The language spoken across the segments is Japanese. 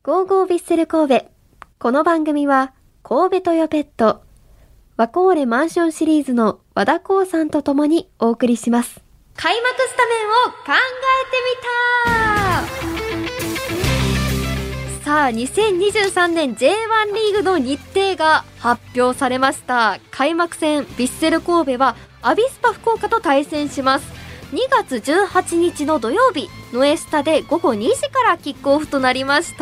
ゴーゴービッセル神戸。この番組は神戸トヨペット、ワコーレマンションシリーズの和田光さんと共にお送りします。開幕スタメンを考えてみた。さあ、2023年 J1 リーグの日程が発表されました。開幕戦、ヴィッセル神戸はアビスパ福岡と対戦します。2月18日の土曜日、ノエスタで午後2時からキックオフとなりました。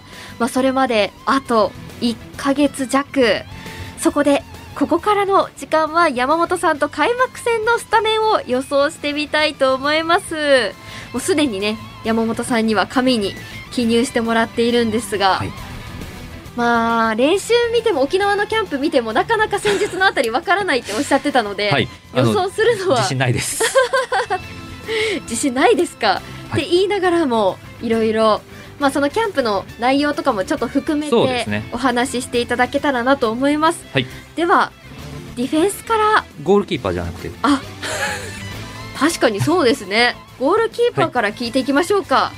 それまであと1ヶ月弱。そこでここからの時間は山本さんと開幕戦のスタメンを予想してみたいと思います。もうすでにね、山本さんには紙に記入してもらっているんですが、はい、練習見ても沖縄のキャンプ見てもなかなか戦術のあたりわからないっておっしゃってたので、はい、予想するのは自信ないです自信ないですか、はい、って言いながらもいろいろそのキャンプの内容とかもちょっと含めてお話ししていただけたらなと思います。はい、ではディフェンスから。 ゴールキーパーじゃなくて、 確かにそうですね。ゴールキーパーから聞いていきましょうか。はい、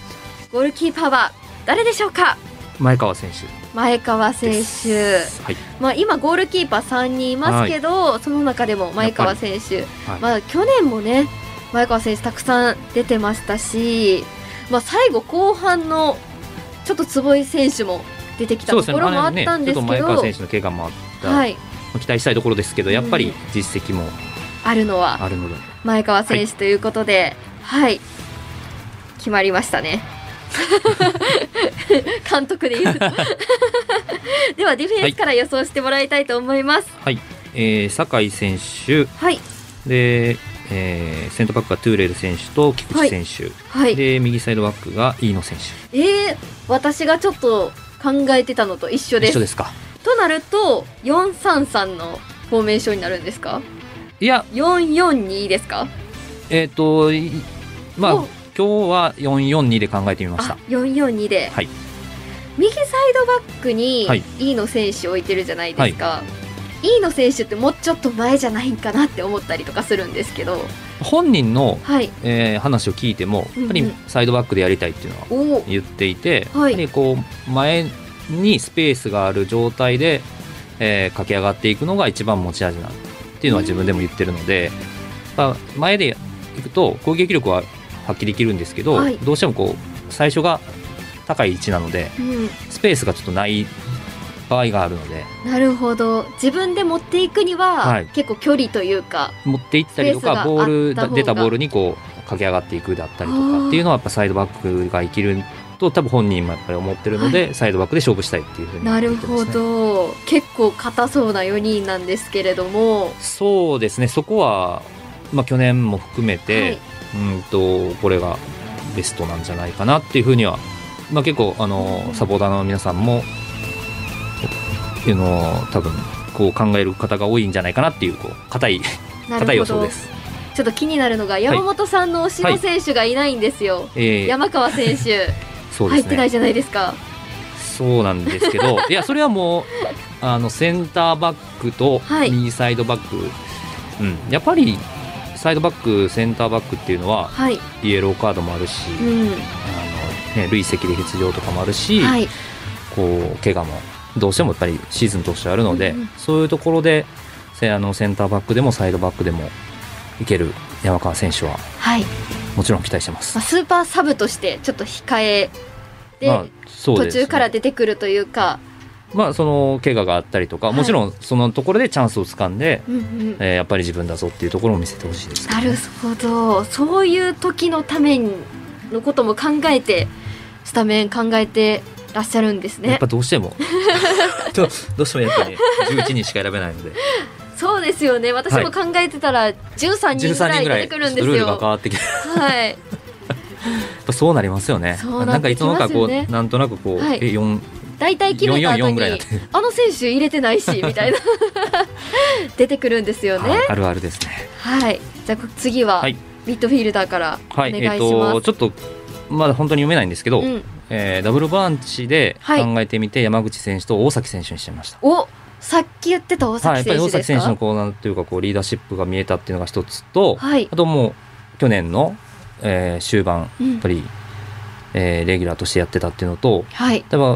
ゴールキーパーは誰でしょうか。 前川選手。 前川選手、はい、今ゴールキーパー3人いますけど、はい、その中でも前川選手、はい、去年もね前川選手たくさん出てましたし、最後後半のちょっと坪井選手も出てきたところもあったんですけど、 ちょっと前川選手の怪我もあった、はい、期待したいところですけど、やっぱり実績もあるのは前川選手ということで、はい、決まりましたね監督で言うとではディフェンスから予想してもらいたいと思います。 はい、酒井選手、はい、で、センターバックがトゥーレル選手と菊池選手、はい、で右サイドバックが飯野選手。 私がちょっと考えてたのと一緒です。 一緒ですか。となると 4-3-3 のフォーメーションになるんですか。 いや 4-4-2 ですか。 今日は 4-4-2 で考えてみました。 4-4-2 で、はい、右サイドバックに飯野選手置いてるじゃないですか、はい、飯野選手ってもうちょっと前じゃないんかなって思ったりとかするんですけど、 本人の、話を聞いてもやっぱりサイドバックでやりたいっていうのは言っていて、やっぱりこう前にスペースがある状態で、駆け上がっていくのが一番持ち味なんっていうのは自分でも言ってるので、前でいくと攻撃力は発揮できるんですけど、はい、どうしてもこう最初が高い位置なので、スペースがちょっとない場合があるので。 なるほど。自分で持っていくには、結構距離というか持っていったりとか、ボール出たボールにこう駆け上がっていくだったりとかっていうのはやっぱサイドバックが生きると多分本人もやっぱり思ってるので、サイドバックで勝負したいっていうふうに言ってますね。 なるほど。結構硬そうな4人なんですけれども。 そうですね。そこは、去年も含めて、これがベストなんじゃないかなっていうふうには、結構サポーターの皆さんも多分こう考える方が多いんじゃないかなっていう硬い予想です。 ちょっと気になるのが山本さんの推しの選手がいないんですよ、山川選手そうですね、入ってないじゃないですか。 そうなんですけどいやそれはもうセンターバックと右サイドバック、やっぱりサイドバックセンターバックっていうのは、イエローカードもあるし、累積で欠場とかもあるし、こう怪我もどうしてもやっぱりシーズンとしてあるので、そういうところでセンターバックでもサイドバックでもいける山川選手は、もちろん期待してます。 スーパーサブとしてちょっと控えで、途中から出てくるというか、 その怪我があったりとか、もちろんそのところでチャンスをつかんで、やっぱり自分だぞっていうところを見せてほしいです、ね。 なるほど。そういう時のためのことも考えてスタメン考えてらっしゃるんですね。 やっぱどうしてもどうしてもやっぱり、11人しか選べないのでそうですよね。私も考えてたら13人ぐらい出てくるんですよ。 ルールが変わってきてやっぱそうなりますよね。なんかいつの間にかこうなんとなくこう、 大体決めた後にあの選手入れてないしみたいな出てくるんですよね。 あるあるですね。 はい。じゃあ次はミッドフィールダーからお願いします。 ちょっとまだ本当に読めないんですけど、ダブルバンチで考えてみて、山口選手と大崎選手にしてみました。 さっき言ってた大崎選手ですか。やっぱり大崎選手のこうなんというかこうリーダーシップが見えたっていうのが一つと、あともう去年の、終盤やっぱり、レギュラーとしてやってたっていうのと、例えば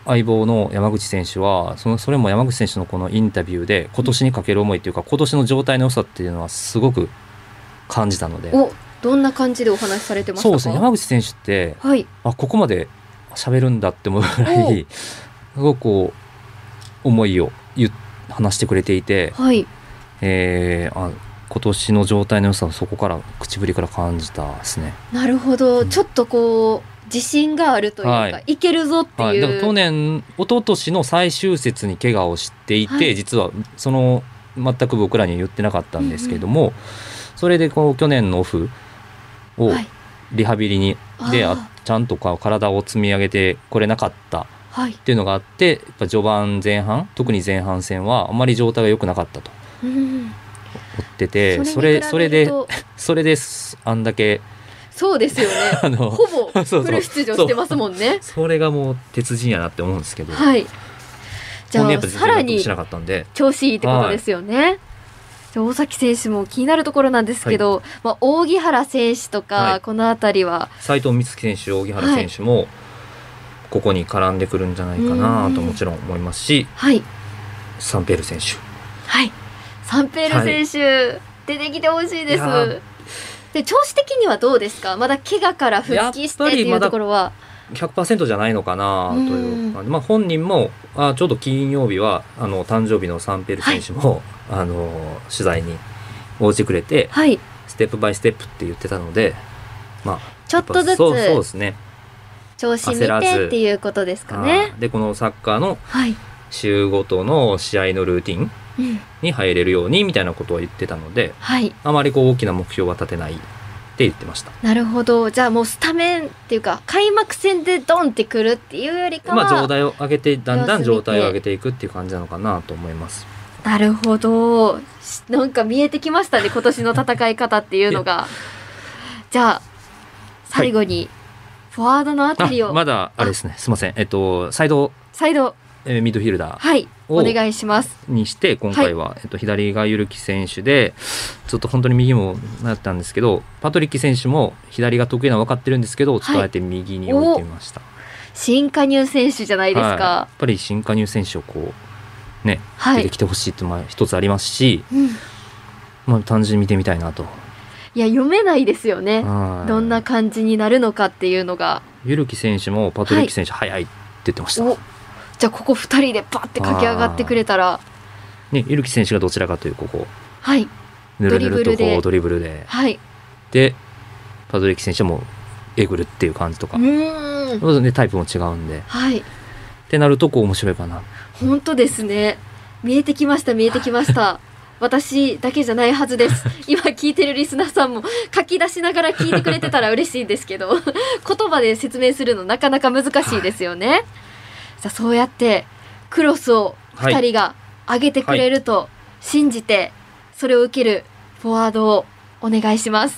相棒の山口選手はそれも山口選手のこのインタビューで今年にかける思いというか今年の状態の良さっていうのはすごく感じたので。 どんな感じでお話しされてましたか？ そうですね、山口選手って、はい、ここまで喋るんだって思うぐらいすごくこう思いを話してくれていて、はい、今年の状態の良さをそこから口ぶりから感じたですね。 なるほど、ちょっとこう自信があるというか、はい、いけるぞっていう、はい、 だから一昨年の最終節に怪我をしていて、はい、実は全く僕らには言ってなかったんですけども、それでこう去年のオフをリハビリでちゃんと体を積み上げてこれなかったっていうのがあって、やっぱ序盤前半特に前半戦はあまり状態が良くなかったと思ってて、それであんだけそうですよねほぼフル出場してますもんね。 それがもう鉄人やなって思うんですけど、 はい、じゃあさらに調子いいってことですよね。はい、大崎選手も気になるところなんですけど、はい、扇原選手とか、はい、このあたりは斉藤美月選手扇原選手もここに絡んでくるんじゃないかなともちろん思いますし、 はい、 サンペール選手、 はい、サンペール選手、はい、出てきてほしいです。で調子的にはどうですか？まだ怪我から復帰してっていうところは 100% じゃないのかなという、本人もちょうど金曜日は誕生日のサンペール選手も、はい、取材に応じてくれて、はい、ステップバイステップって言ってたので、 ちょっとずつそうですね、 調子見てっていうことですかね。 でこのサッカーの週ごとの試合のルーティンに入れるようにみたいなことを言ってたので、はい、あまり大きな目標は立てないって言ってました。 なるほど。じゃあもうスタメンっていうか開幕戦でドンってくるっていうよりかは、 状態を上げてだんだん状態を上げていくっていう感じなのかなと思います。 なるほど。なんか見えてきましたね、今年の戦い方っていうのがじゃあ最後にフォワードのあたりを、 まだあれですね、すいません、サイドミッドフィルダー、 はい、お願いしますにして今回は、左がゆるき選手でちょっと本当に右もなったんですけど、パトリッキ選手も左が得意なの分かってるんですけど、ちょっとあえて右に置いてみました。 新加入選手じゃないですか。 やっぱり新加入選手をこうね、出てきてほしいって一つありますし、単純に見てみたいなと。 いや読めないですよね、どんな感じになるのかっていうのが。 ゆるき選手もパトリッキ選手早いって言ってました。 じゃあここ2人でバッて駆け上がってくれたら、 ね、ゆるき選手がどちらかというとはい、 ぬるぬるとこうドリブルで、 はい、 でパトリッキ選手もえぐるっていう感じとか、タイプも違うんで、はい、ってなると面白いかな。 本当ですね、見えてきました私だけじゃないはずです今聞いてるリスナーさんも書き出しながら聞いてくれてたら嬉しいんですけど言葉で説明するのなかなか難しいですよね。さあそうやってクロスを2人が上げてくれると信じて、それを受けるフォワードをお願いします。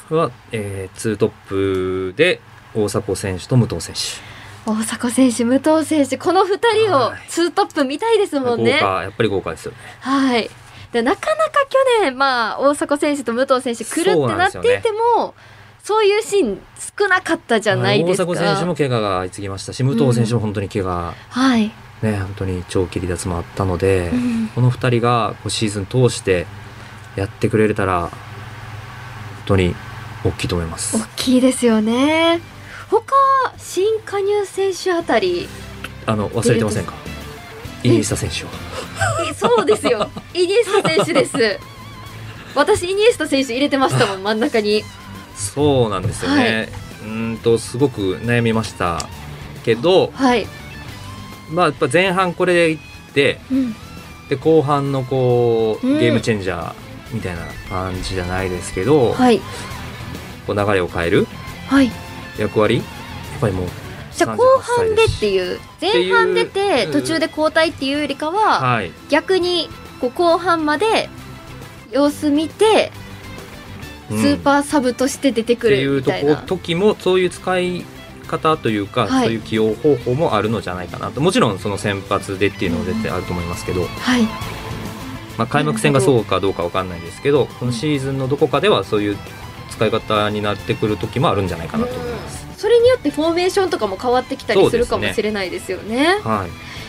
2トップで大迫選手と武藤選手、 大迫選手武藤選手、この2人を2トップ見たいですもんね。 やっぱり豪華ですよね。 はい、でなかなか去年、大迫選手と武藤選手来るってなっていてもそういうシーン少なかったじゃないですか。 大迫選手も怪我が相次ぎましたし、武藤選手も本当に怪我、 はいね、本当に長期離脱もあったので、この2人がシーズン通してやってくれたら本当に大きいと思います。 大きいですよね。他新加入選手あたり忘れてませんか、イニエスタ選手をそうですよ、イニエスタ選手です。私イニエスタ選手入れてましたもん真ん中に。 そうなんですよね、すごく悩みましたけど、 はい、 やっぱ前半これでいって、で後半のゲームチェンジャーみたいな感じじゃないですけど、 はい、 流れを変える役割、やっぱりもうじゃあ後半でっていう、前半出て途中で交代っていうよりかは、逆に後半まで様子見てスーパーサブとして出てくるみたいな、 っていう時もそういう使い方というか、そういう起用方法もあるのじゃないかなと。もちろんその先発でっていうのは絶対あると思いますけど、開幕戦がそうかどうか分かんないですけど、このシーズンのどこかではそういう使い方になってくる時もあるんじゃないかなと思います。 それによってフォーメーションとかも変わってきたりするかもしれないですよね。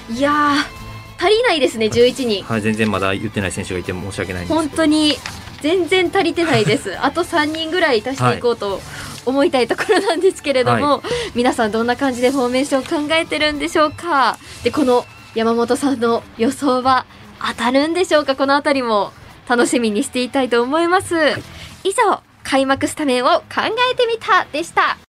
いやー足りないですね、11人。 はい、全然まだ言ってない選手がいて申し訳ないんですけど、 本当に全然足りてないですあと3人ぐらい足していこうと思いたいところなんですけれども、皆さんどんな感じでフォーメーション考えてるんでしょうか。でこの山本さんの予想は当たるんでしょうか。このあたりも楽しみにしていたいと思います。以上開幕スタメンを考えてみたでした。